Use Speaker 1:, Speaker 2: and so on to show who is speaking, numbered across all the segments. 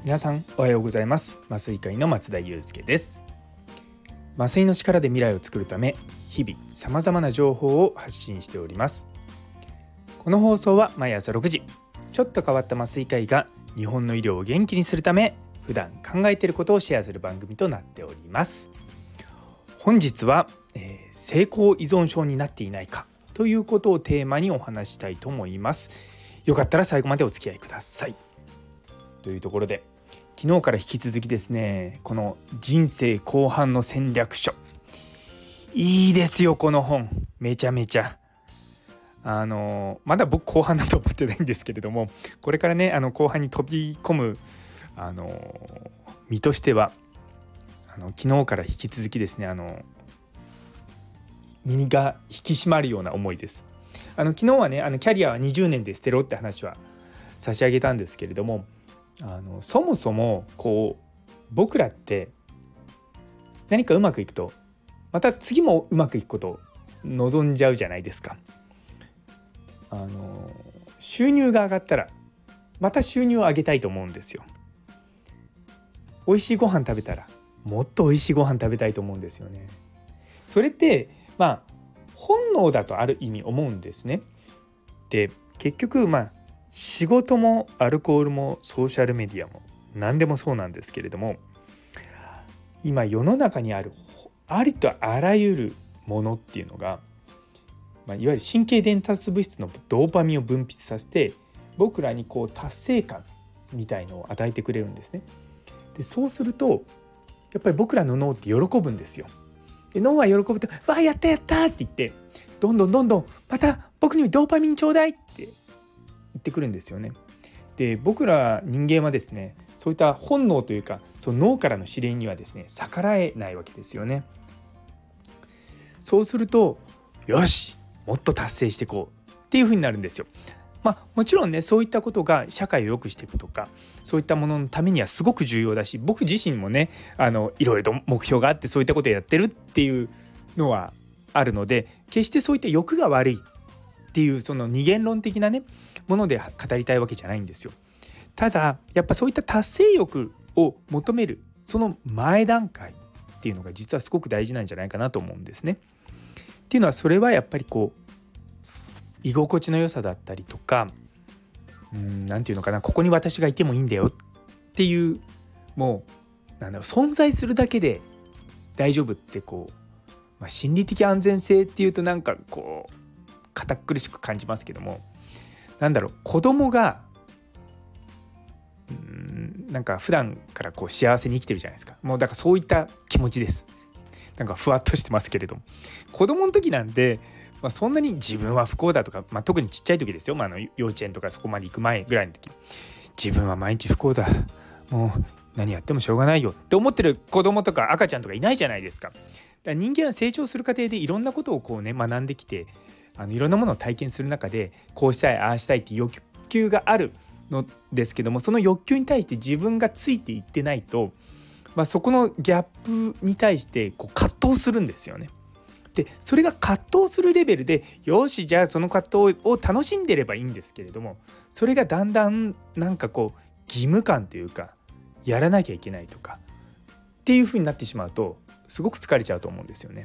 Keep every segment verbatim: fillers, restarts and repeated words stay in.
Speaker 1: 皆さんおはようございます。麻酔科医の松田祐介です。麻酔の力で未来を作るため、日々さまざまな情報を発信しております。この放送は毎朝ろくじ、ちょっと変わった麻酔科医が日本の医療を元気にするため普段考えていることをシェアする番組となっております。本日は、えー、成功依存症になっていないかということをテーマにお話したいと思います。よかったら最後までお付き合いください。というところで、昨日から引き続きですね、この人生後半の戦略書、いいですよ。この本めちゃめちゃあのまだ僕後半だと思ってないんですけれども、これからねあの後半に飛び込むあの身としては、あの昨日から引き続きですね、あの身が引き締まるような思いです。あの昨日はねあのキャリアはにじゅうねんで捨てろって話は差し上げたんですけれども、あのそもそもこう僕らって何かうまくいくとまた次もうまくいくことを望んじゃうじゃないですか。あの収入が上がったらまた収入を上げたいと思うんですよ。美味しいご飯食べたらもっと美味しいご飯食べたいと思うんですよね。それってまあ本能だとある意味思うんですね。で結局まあ仕事もアルコールもソーシャルメディアも何でもそうなんですけれども、今世の中にあるありとあらゆるものっていうのが、まあ、いわゆる神経伝達物質のドーパミンを分泌させて僕らにこう達成感みたいのを与えてくれるんですね。でそうするとやっぱり僕らの脳って喜ぶんですよ。で脳は喜ぶとわあやったやったって言ってどんどんどんどんまた僕にドーパミンちょうだいって言ってくるんですよね。で僕ら人間はですね、そういった本能というかその脳からの指令にはですね逆らえないわけですよね。そうするとよしもっと達成していこうっていう風になるんですよ。まあもちろんねそういったことが社会を良くしていくとかそういったもののためにはすごく重要だし、僕自身もねあのいろいろと目標があってそういったことをやってるっていうのはあるので、決してそういった欲が悪いっていうその二元論的なねもので語りたいわけじゃないんですよ。ただやっぱそういった達成欲を求めるその前段階っていうのが実はすごく大事なんじゃないかなと思うんですね。っていうのはそれはやっぱりこう居心地の良さだったりとか、うーんなんていうのかな、ここに私がいてもいいんだよっていうもうなんだろう存在するだけで大丈夫ってこう、まあ、心理的安全性っていうとなんかこう堅苦しく感じますけども、なんだろう子供がうーんなんか普段からこう幸せに生きてるじゃないですか。もうだからそういった気持ちです。なんかふわっとしてますけれども、子供の時なんで、まあ、そんなに自分は不幸だとか、まあ、特にちっちゃい時ですよ、まあ、あの幼稚園とかそこまで行く前ぐらいの時、自分は毎日不幸だ、もう何やってもしょうがないよって思ってる子供とか赤ちゃんとかいないじゃないですか。だから人間は成長する過程でいろんなことをこうね学んできて、あのいろんなものを体験する中でこうしたいああしたいっていう欲求があるのですけども、その欲求に対して自分がついていってないと、まあ、そこのギャップに対してこう葛藤するんですよね。でそれが葛藤するレベルでよしじゃあその葛藤を楽しんでればいいんですけれども、それがだんだんなんかこう義務感というかやらなきゃいけないとかっていう風になってしまうとすごく疲れちゃうと思うんですよね。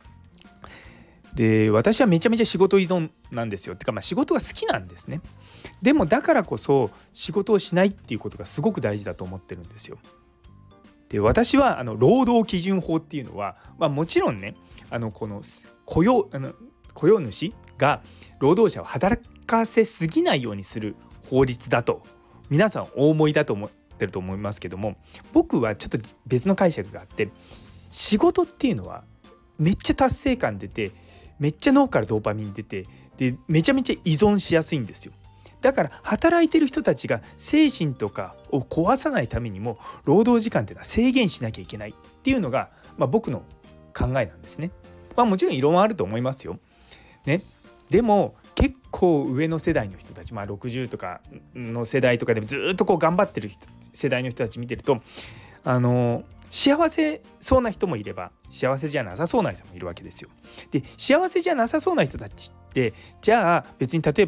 Speaker 1: で私はめちゃめちゃ仕事依存なんですよ。てかまあ仕事が好きなんですね。でもだからこそ仕事をしないっていうことがすごく大事だと思ってるんですよ。で私はあの労働基準法っていうのは、まあ、もちろんねあのこの雇用あの雇用主が労働者を働かせすぎないようにする法律だと皆さんお思いだと思ってると思いますけども、僕はちょっと別の解釈があって、仕事っていうのはめっちゃ達成感出てめっちゃ脳からドーパミン出てでめちゃめちゃ依存しやすいんですよ。だから働いてる人たちが精神とかを壊さないためにも労働時間っていうのは制限しなきゃいけないっていうのが、まあ、僕の考えなんですね。まあもちろん異論はあると思いますよ。ね、でも結構上の世代の人たち、まあろくじゅうとかの世代とかでもずっとこう頑張ってる世代の人たち見てると、あの幸せそうな人もいれば幸せじゃなさそうな人もいるわけですよ。で幸せじゃなさそうな人たちってじゃあ別に例えば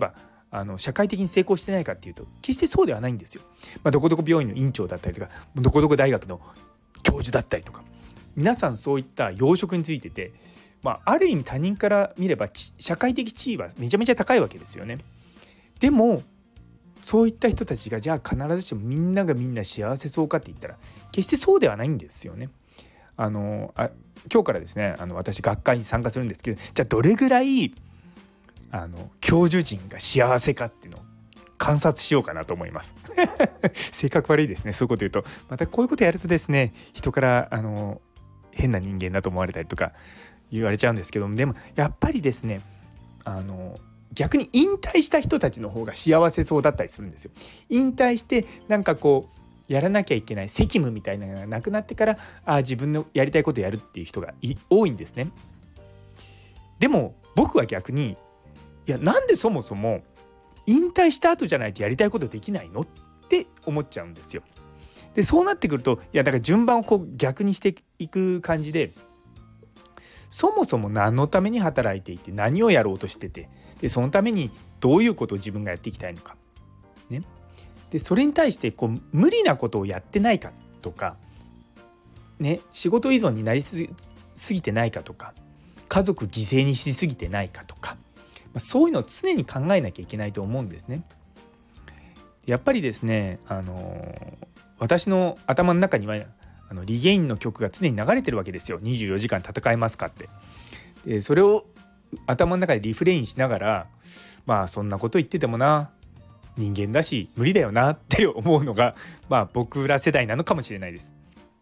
Speaker 1: あの社会的に成功してないかっていうと決してそうではないんですよ。まあ、どこどこ病院の院長だったりとかどこどこ大学の教授だったりとか、皆さんそういった要職についてて、まあ、ある意味他人から見れば社会的地位はめちゃめちゃ高いわけですよね。でもそういった人たちがじゃあ必ずしもみんながみんな幸せそうかって言ったら決してそうではないんですよね。あのあ今日からですね、あの私学会に参加するんですけど、じゃあどれぐらいあの教授陣が幸せかっていうのを観察しようかなと思います性格悪いですね、そういうこと言うと。またこういうことやるとですね、人からあの変な人間だと思われたりとか言われちゃうんですけども、でもやっぱりですね、あの逆に引退した人たちの方が幸せそうだったりするんですよ。引退してなんかこうやらなきゃいけない責務みたいなのがなくなってから、あ自分のやりたいことをやるっていう人が多いんですね。でも僕は逆に、いやなんでそもそも引退した後じゃないとやりたいことできないのって思っちゃうんですよ。でそうなってくると、いやだから順番をこう逆にしていく感じで、そもそも何のために働いていて何をやろうとしてて、でそのためにどういうことを自分がやっていきたいのか、ね、でそれに対してこう無理なことをやってないかとか、ね、仕事依存になりすぎてないかとか、家族犠牲にしすぎてないかとか、そういうのを常に考えなきゃいけないと思うんですね。やっぱりですね、あの私の頭の中にはあのリゲインの曲が常に流れてるわけですよ。にじゅうよじかん戦えますかって。でそれを頭の中でリフレインしながら、まあそんなこと言っててもな、人間だし無理だよなって思うのが、まあ僕ら世代なのかもしれないです。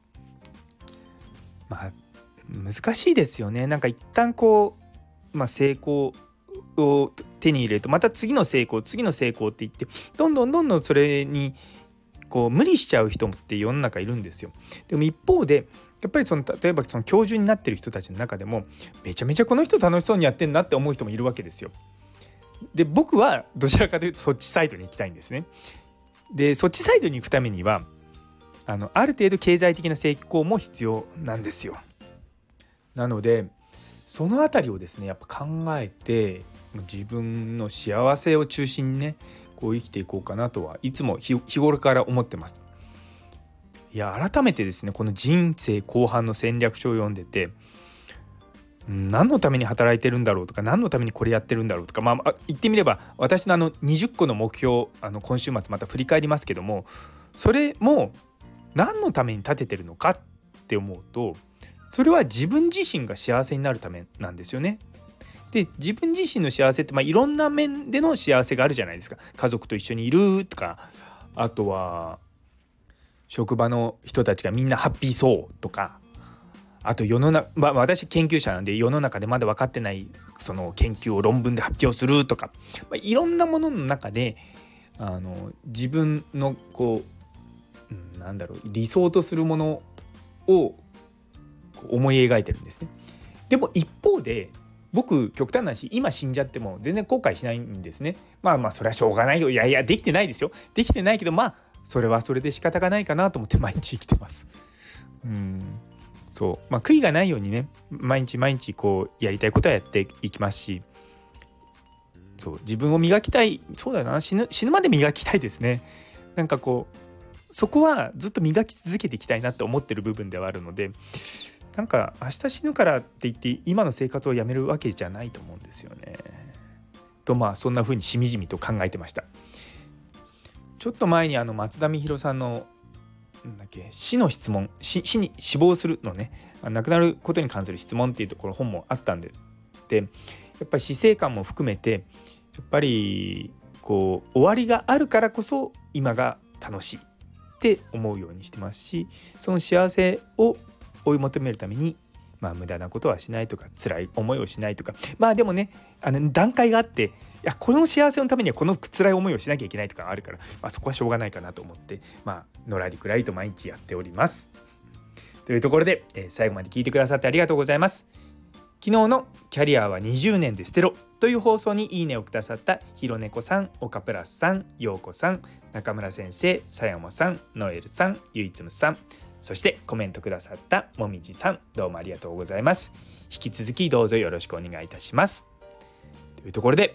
Speaker 1: まあ難しいですよね。なんか一旦こう、まあ、成功を手に入れるとまた次の成功次の成功って言って、どんどんどんどんそれにこう無理しちゃう人って世の中いるんですよ。でも一方でやっぱりその例えばその教授になってる人たちの中でもめちゃめちゃこの人楽しそうにやってんなって思う人もいるわけですよ。で僕はどちらかというとそっちサイドに行きたいんですね。でそっちサイドに行くためにはあのある程度経済的な成功も必要なんですよ。なのでそのあたりをですねやっぱ考えて、自分の幸せを中心にねこう生きていこうかなとはいつも日頃から思ってます。いや改めてですね、この人生後半の戦略書を読んでて、何のために働いてるんだろうとか、何のためにこれやってるんだろうとか、まあ言ってみれば私のあのにじゅっこの目標、あの今週末また振り返りますけども、それも何のために立ててるのかって思うと、それは自分自身が幸せになるためなんですよね。で自分自身の幸せって、まあ、いろんな面での幸せがあるじゃないですか。家族と一緒にいるとか、あとは職場の人たちがみんなハッピーそうとか、あと世の中、まあ、私研究者なんで世の中でまだ分かってないその研究を論文で発表するとか、まあ、いろんなものの中であの自分のこう、うん、なんだろう理想とするものを思い描いてるんですね。でも一方で僕極端な話、今死んじゃっても全然後悔しないんですね。まあまあそれはしょうがないよ、いやいやできてないですよ、できてないけど、まあそれはそれで仕方がないかなと思って毎日生きてます。うんそうまあ悔いがないようにね、毎日毎日こうやりたいことはやっていきますし、そう自分を磨きたい、そうだな、死ぬ死ぬまで磨きたいですね。なんかこうそこはずっと磨き続けていきたいなって思ってる部分ではあるので、なんか明日死ぬからって言って今の生活をやめるわけじゃないと思うんですよね。とまあそんな風にしみじみと考えてました。ちょっと前にあの松田美弘さんのなんだっけ死の質問、死、死に死亡するのね、亡くなることに関する質問っていうところ本もあったんで、でやっぱり死生観も含めてやっぱりこう終わりがあるからこそ今が楽しいって思うようにしてますし、その幸せを追い求めるために、まあ、無駄なことはしないとか辛い思いをしないとか、まあでもねあの段階があって、いやこの幸せのためにはこの辛い思いをしなきゃいけないとかあるから、まあ、そこはしょうがないかなと思って、まあ、のらりくらりと毎日やっております。というところで、えー、最後まで聞いてくださってありがとうございます。昨日のキャリアはにじゅうねんで捨てろという放送にいいねをくださったひろねこさん、おかプラスさん、ようこさん、中村先生、さやもさん、ノエルさん、ゆいつむさん、そしてコメントくださったもみじさん、どうもありがとうございます。引き続きどうぞよろしくお願いいたします。というところで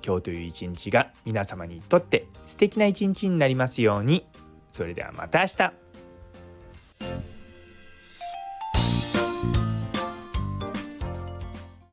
Speaker 1: 今日という一日が皆様にとって素敵な一日になりますように。それではまた明日。